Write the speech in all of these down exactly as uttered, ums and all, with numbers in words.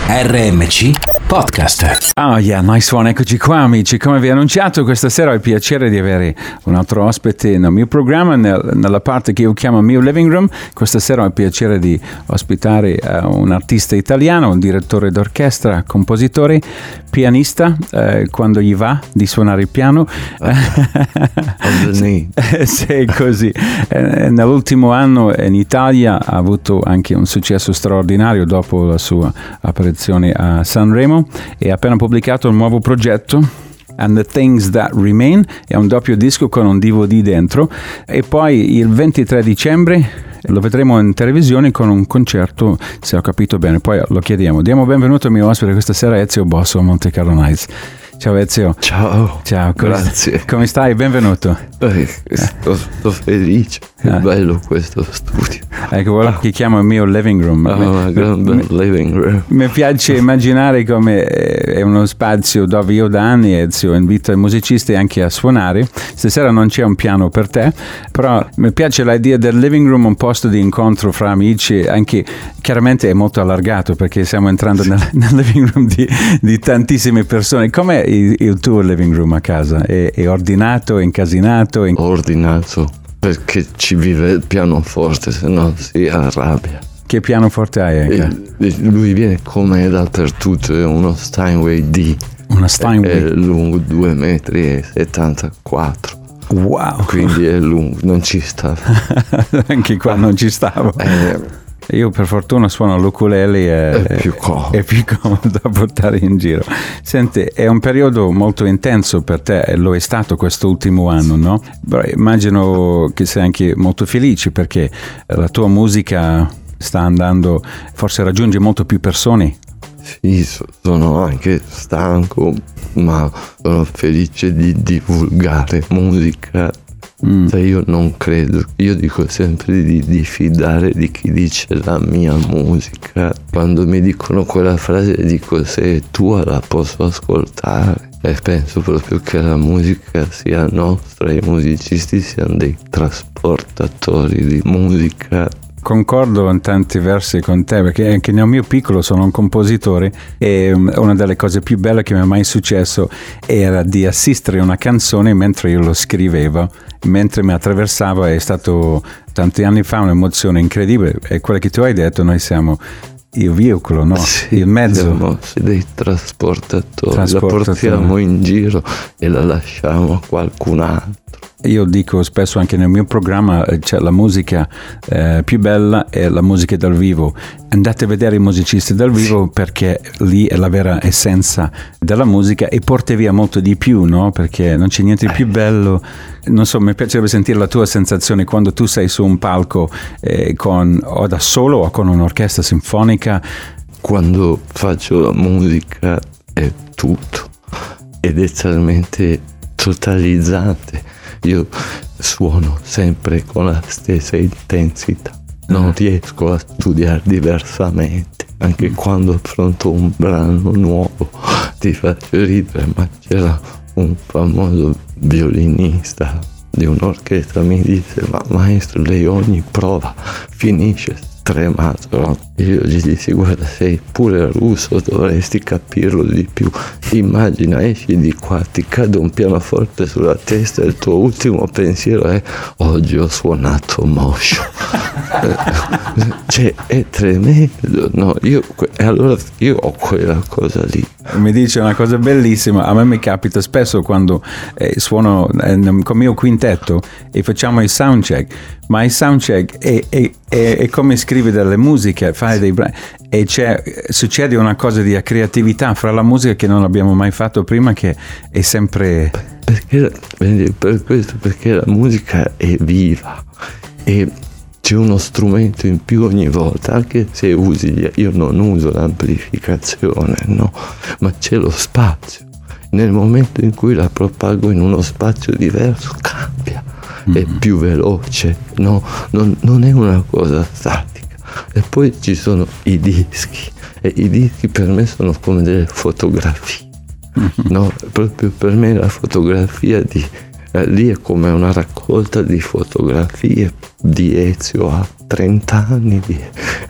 R M C Podcast. Oh yeah, nice one, eccoci qua amici. Come vi ho annunciato, questa sera ho il piacere di avere un altro ospite nel mio programma, nel, nella parte che io chiamo mio living room. Questa sera ho il piacere di ospitare uh, un artista italiano, un direttore d'orchestra, compositore, pianista, uh, quando gli va di suonare il piano. Sì, così. Uh, nell'ultimo anno in Italia ha avuto anche un successo straordinario dopo la sua apparizione a Sanremo e ha appena pubblicato un nuovo progetto, And the Things That Remain, è un doppio disco con un D V D dentro, e poi il ventitré dicembre lo vedremo in televisione con un concerto, se ho capito bene, poi lo chiediamo. Diamo benvenuto al mio ospite questa sera, Ezio Bosso, Monte Carlo Nights. Ciao Ezio. Ciao. Ciao, come grazie. St- come stai? Benvenuto. Eh, sto, sto felice, è ah. bello questo studio. Ecco, quello che chiamo il mio living room. Oh, mi, gran bel living room. Mi piace immaginare come è uno spazio dove io da anni, Ezio, invito i musicisti anche a suonare. Stasera non c'è un piano per te, però mi piace l'idea del living room, un posto di incontro fra amici, anche chiaramente è molto allargato perché stiamo entrando sì. nel, nel living room di, di tantissime persone. Com'è il, il tuo living room a casa? È, è ordinato, è incasinato? È in... Ordinato, perché ci vive il pianoforte, se no si arrabbia. Che pianoforte hai? Ecco? E, lui viene come dappertutto, è uno Steinway D. Una Steinway? È lungo due metri e settantaquattro. Wow! Quindi è lungo, non ci stava. Anche qua non ci stavo. Eh, Io per fortuna suono l'ukulele e è più comodo. È più comodo da portare in giro. Senti, è un periodo molto intenso per te, e lo è stato quest'ultimo anno, no? Però immagino che sei anche molto felice perché la tua musica sta andando, forse raggiunge molto più persone. Sì, sono anche stanco, ma sono felice di divulgare musica. Mm. Cioè io non credo, io dico sempre di, di fidare di chi dice la mia musica. Quando mi dicono quella frase dico se è tua la posso ascoltare, e penso proprio che la musica sia nostra e i musicisti siano dei trasportatori di musica. Concordo in tanti versi con te, perché anche nel mio piccolo sono un compositore e una delle cose più belle che mi è mai successo era di assistere a una canzone mentre io lo scrivevo, mentre mi attraversava. È stato tanti anni fa un'emozione incredibile, e quello che tu hai detto, noi siamo il veicolo, no? Sì, il mezzo. Siamo dei trasportatori, trasportatori, la portiamo in giro e la lasciamo a qualcun altro. Io dico spesso anche nel mio programma, cioè la musica eh, più bella è la musica dal vivo. Andate a vedere i musicisti dal vivo, perché lì è la vera essenza della musica e porta via molto di più, no? Perché non c'è niente di più bello. Non so, mi piacerebbe sentire la tua sensazione quando tu sei su un palco eh, con, o da solo o con un'orchestra sinfonica. Quando faccio la musica è tutto ed è talmente totalizzante. Io suono sempre con la stessa intensità, non riesco a studiare diversamente, anche quando affronto un brano nuovo. Ti faccio ridere, ma c'era un famoso violinista di un'orchestra, mi disse: ma maestro, lei ogni prova finisce tremato, no? Io gli dissi: guarda, sei pure russo, dovresti capirlo di più. Immagina, esci di qua, ti cade un pianoforte sulla testa e il tuo ultimo pensiero è: oggi ho suonato moscio. Cioè, è tremendo, no? Io, e allora io ho quella cosa lì. Mi dice una cosa bellissima, a me mi capita spesso quando eh, suono eh, con il mio quintetto e facciamo il soundcheck, ma il soundcheck è, è, è, è come scrivi delle musiche, fai dei brani, e c'è, succede una cosa di creatività fra la musica che non abbiamo mai fatto prima, che è sempre... Perché, per questo, perché la musica è viva e c'è uno strumento in più ogni volta, anche se usi, io non uso l'amplificazione, no, ma c'è lo spazio. Nel momento in cui la propago in uno spazio diverso, cambia, mm-hmm. è più veloce, no, non, non è una cosa statica. E poi ci sono i dischi, e i dischi per me sono come delle fotografie, mm-hmm. no, proprio per me la fotografia di... Eh, lì è come una raccolta di fotografie di Ezio a trenta anni, di,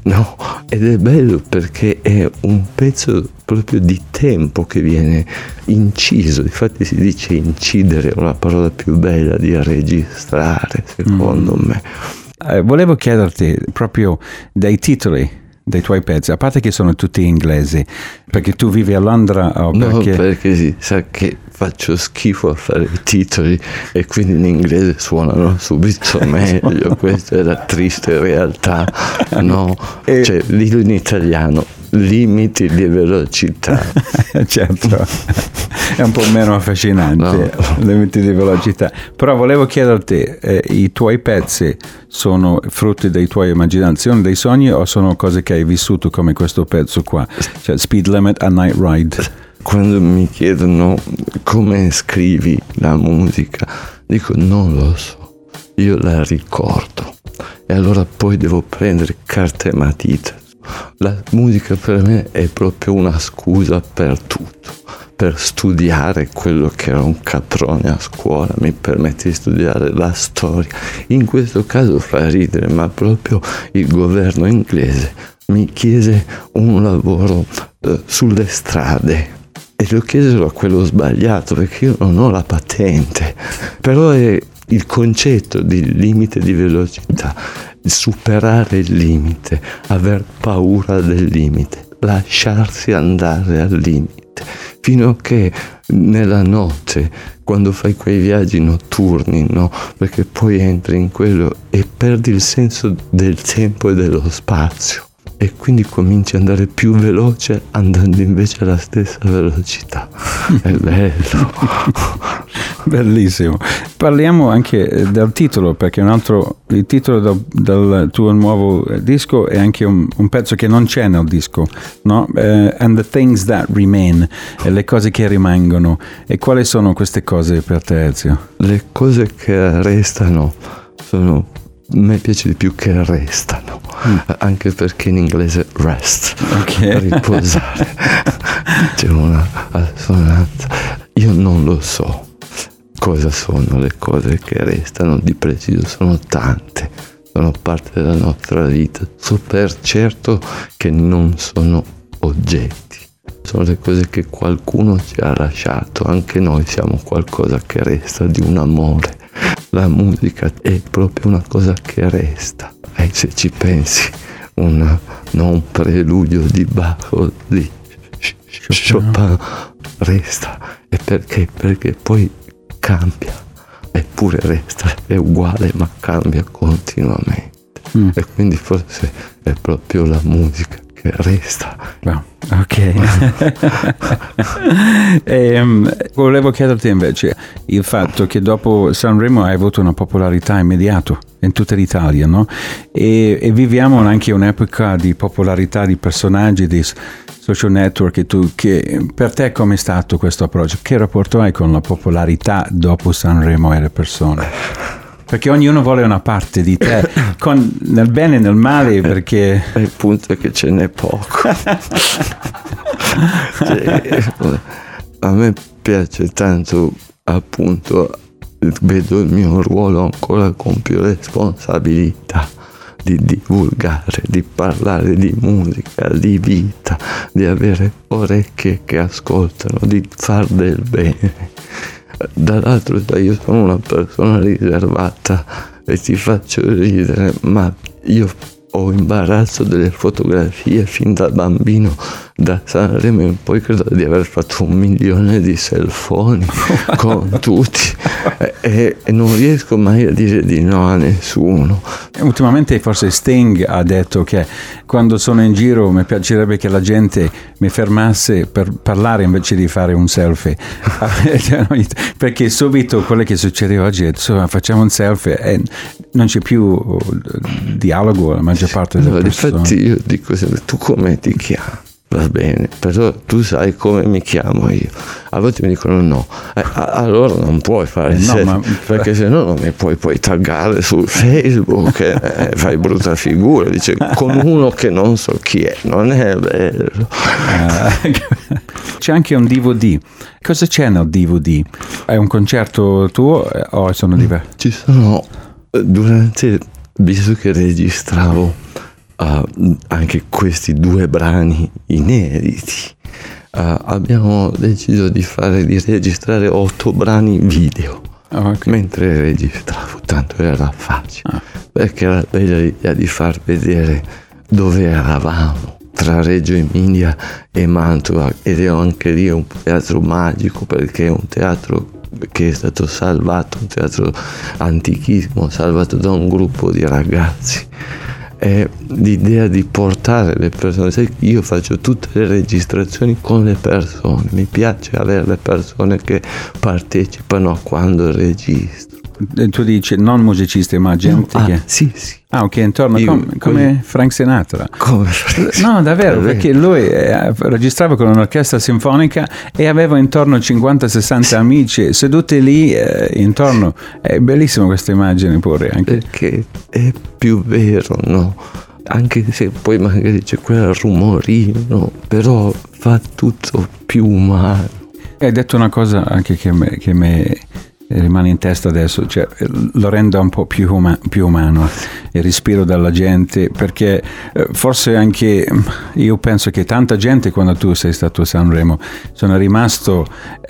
no? Ed è bello perché è un pezzo proprio di tempo che viene inciso, infatti si dice incidere, è una parola più bella di registrare, secondo mm. me. Eh, volevo chiederti proprio dei titoli dei tuoi pezzi, a parte che sono tutti inglesi, perché tu vivi a Londra o perché... No, perché si sa che faccio schifo a fare i titoli e quindi in inglese suonano subito meglio, questa è la triste realtà, no? E... cioè, dillo in italiano, limiti di velocità. Certo, è un po' meno affascinante, no. Limiti di velocità. Però volevo chiederti, eh, i tuoi pezzi sono frutti dei tuoi immaginazioni, dei sogni, o sono cose che hai vissuto come questo pezzo qua, cioè Speed Limit a Night Ride? Quando mi chiedono come scrivi la musica, dico non lo so, io la ricordo e allora poi devo prendere carta e matita. La musica per me è proprio una scusa per tutto, per studiare quello che era un caprone a scuola, mi permette di studiare la storia. In questo caso fa ridere, ma proprio il governo inglese mi chiese un lavoro eh, sulle strade. E lo chiesero a quello sbagliato perché io non ho la patente, però è il concetto di limite di velocità, superare il limite, aver paura del limite, lasciarsi andare al limite, fino a che nella notte, quando fai quei viaggi notturni, no? Perché poi entri in quello e perdi il senso del tempo e dello spazio. E quindi cominci ad andare più veloce andando invece alla stessa velocità. È bello. Bellissimo. Parliamo anche del titolo, perché un altro, il titolo del, del tuo nuovo disco è anche un, un pezzo che non c'è nel disco, no? Uh, and the Things That Remain, e le cose che rimangono. E quali sono queste cose per te, Ezio? Le cose che restano sono... A me piace di più che restano, mm. anche perché in inglese rest, okay. Riposare, c'è una assonanza. Io non lo so cosa sono le cose che restano di preciso, sono tante, sono parte della nostra vita, so per certo che non sono oggetti, sono le cose che qualcuno ci ha lasciato, anche noi siamo qualcosa che resta di un amore. La musica è proprio una cosa che resta, e se ci pensi, un non preludio di Bach o di Chopin, Chopin resta, e perché? Perché poi cambia, eppure resta, è uguale ma cambia continuamente, mm. e quindi forse è proprio la musica che resta. Wow. Ok. e, um, volevo chiederti invece il fatto che dopo Sanremo hai avuto una popolarità immediata in tutta l'Italia, no? E, e viviamo anche un'epoca di popolarità di personaggi, di social network, e tu, che per te com'è stato questo approccio? Che rapporto hai con la popolarità dopo Sanremo e le persone? Perché ognuno vuole una parte di te, con, nel bene e nel male, perché... E il punto è che ce n'è poco. Cioè, a me piace tanto, appunto, vedo il mio ruolo ancora con più responsabilità di divulgare, di parlare di musica, di vita, di avere orecchie che ascoltano, di far del bene. Dall'altro io sono una persona riservata e ti faccio ridere, ma io ho imbarazzo delle fotografie fin da bambino, da Sanremo in poi credo di aver fatto un milione di selfoni con tutti e, e non riesco mai a dire di no a nessuno. Ultimamente forse Sting ha detto che quando sono in giro mi piacerebbe che la gente mi fermasse per parlare invece di fare un selfie perché subito quello che succede oggi è insomma, facciamo un selfie e non c'è più dialogo la maggior parte delle no, persone. Infatti io dico sempre, tu come ti chiami? Va bene, però tu sai come mi chiamo io. A volte mi dicono no, eh, allora non puoi fare il no, ma... perché se no non mi puoi poi taggare su Facebook e eh, fai brutta figura. Dice con uno che non so chi è, non è vero. C'è anche un D V D. Cosa c'è nel D V D? È un concerto tuo o sono diversi? Ci sono, durante, visto che registravo uh, anche questi due brani inediti. Uh, abbiamo deciso di fare di registrare otto brani video. Oh, okay. Mentre registravo, tanto era facile, ah. perché era bella l'idea di far vedere dove eravamo, tra Reggio Emilia e Mantova, ed è anche lì un teatro magico, perché è un teatro che è stato salvato, un teatro antichissimo, salvato da un gruppo di ragazzi. È l'idea di portare le persone. Sai, io faccio tutte le registrazioni con le persone, mi piace avere le persone che partecipano a quando registro. Tu dici non musicisti, ma gente no, ah, che... sì, sì. Ah, ok, intorno, io, com, come quelli... Frank Sinatra. Come Frank Sinatra. No, davvero, perché lui eh, registrava con un'orchestra sinfonica e aveva intorno cinquanta sessanta amici seduti lì eh, intorno. È bellissima questa immagine pure. Anche. Perché è più vero, no? Anche se poi magari c'è quel rumorino, però fa tutto più umano. Hai detto una cosa anche che mi... Che me... rimane in testa adesso, cioè lo renda un po' più, uma- più umano il respiro della gente, perché eh, forse anche io penso che tanta gente, quando tu sei stato a Sanremo, sono rimasto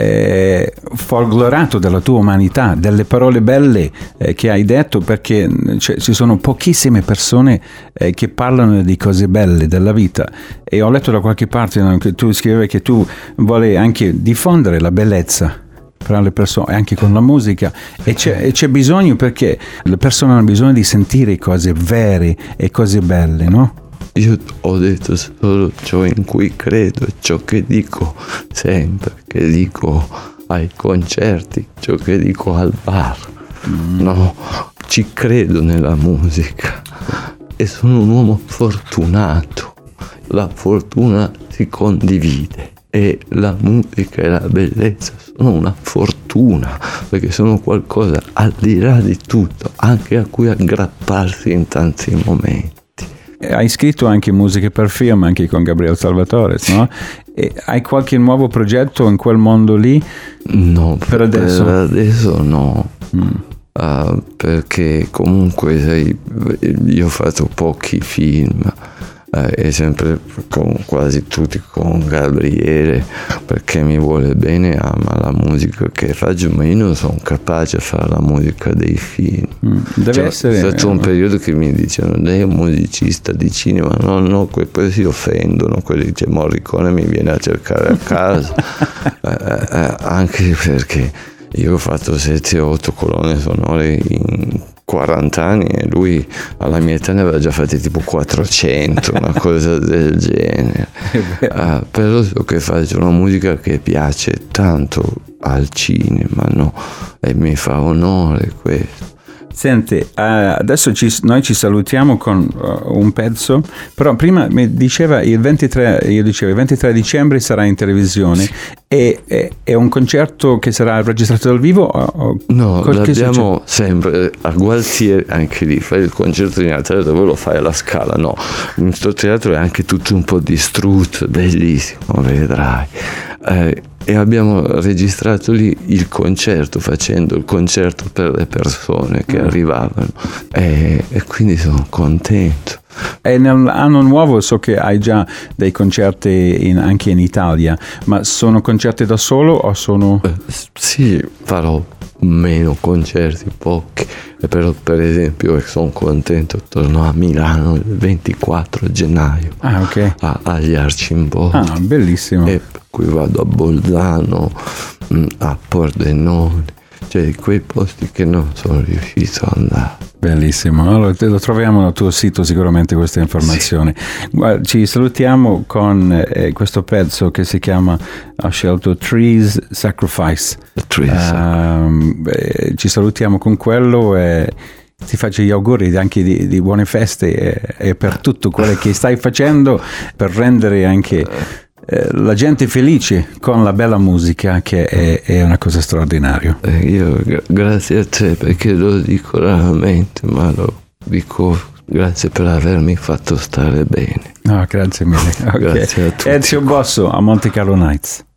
eh, folgorato dalla tua umanità, delle parole belle eh, che hai detto, perché cioè, ci sono pochissime persone eh, che parlano di cose belle della vita, e ho letto da qualche parte, no, che tu scrivevi che tu vuoi anche diffondere la bellezza tra le persone, anche con la musica, e c'è, e c'è bisogno, perché le persone hanno bisogno di sentire cose vere e cose belle, no? Io ho detto solo ciò in cui credo, e ciò che dico sempre, che dico ai concerti, ciò che dico al bar. Mm. No, ci credo nella musica e sono un uomo fortunato. La fortuna si condivide. E la musica e la bellezza sono una fortuna, perché sono qualcosa al di là di tutto, anche a cui aggrapparsi in tanti momenti. Hai scritto anche musiche per film, anche con Gabriele Salvatore, no? E hai qualche nuovo progetto in quel mondo lì? No, per adesso, per adesso no. Mm. Uh, perché comunque sai, io ho fatto pochi film. Eh, e sempre con quasi tutti con Gabriele, perché mi vuole bene, ama la musica che faccio, ma io non sono capace a fare la musica dei film. Mm, deve cioè, essere è stato un periodo che mi dicevano lei è un musicista di cinema, no no, poi si offendono, quelli dice Morricone mi viene a cercare a casa. eh, eh, anche perché io ho fatto sette otto colonne sonore in quaranta anni e lui alla mia età ne aveva già fatti tipo quattrocento, una cosa del genere. Uh, però so che faccio una musica che piace tanto al cinema, no? E mi fa onore questo. Senti, uh, adesso ci, noi ci salutiamo con uh, un pezzo, però prima mi diceva il ventitré, io dicevo il ventitré dicembre sarà in televisione. Sì. e è, è un concerto che sarà registrato dal vivo? O, o no, l'abbiamo sempre a Gualtieri, anche lì fai il concerto di Natale dove lo fai alla Scala, no, in questo teatro è anche tutto un po' distrutto, bellissimo, vedrai. Eh, e abbiamo registrato lì il concerto, facendo il concerto per le persone che arrivavano, e, e quindi sono contento. E nell'anno nuovo so che hai già dei concerti in, anche in Italia, ma sono concerti da solo o sono... Eh, sì, farò meno concerti, pochi, però per esempio sono contento, torno a Milano il ventiquattro gennaio. Ah, ok. a, agli Arcimboldi. Ah, bellissimo. E per cui vado a Bolzano, a Pordenone, cioè quei posti che non sono riuscito ad andare. Bellissimo, allora lo troviamo sul tuo sito sicuramente queste informazioni. Sì. Guarda, ci salutiamo con eh, questo pezzo che si chiama, ho scelto Trees Sacrifice. Trees. Uh, eh, ci salutiamo con quello e ti faccio gli auguri anche di, di buone feste e, e per tutto quello che stai facendo per rendere anche la gente felice con la bella musica, che è, è una cosa straordinaria. Eh, io grazie a te, perché lo dico raramente, ma lo dico grazie per avermi fatto stare bene. No, grazie mille. Okay. Grazie a tutti. Ezio Bosso a Monte Carlo Nights.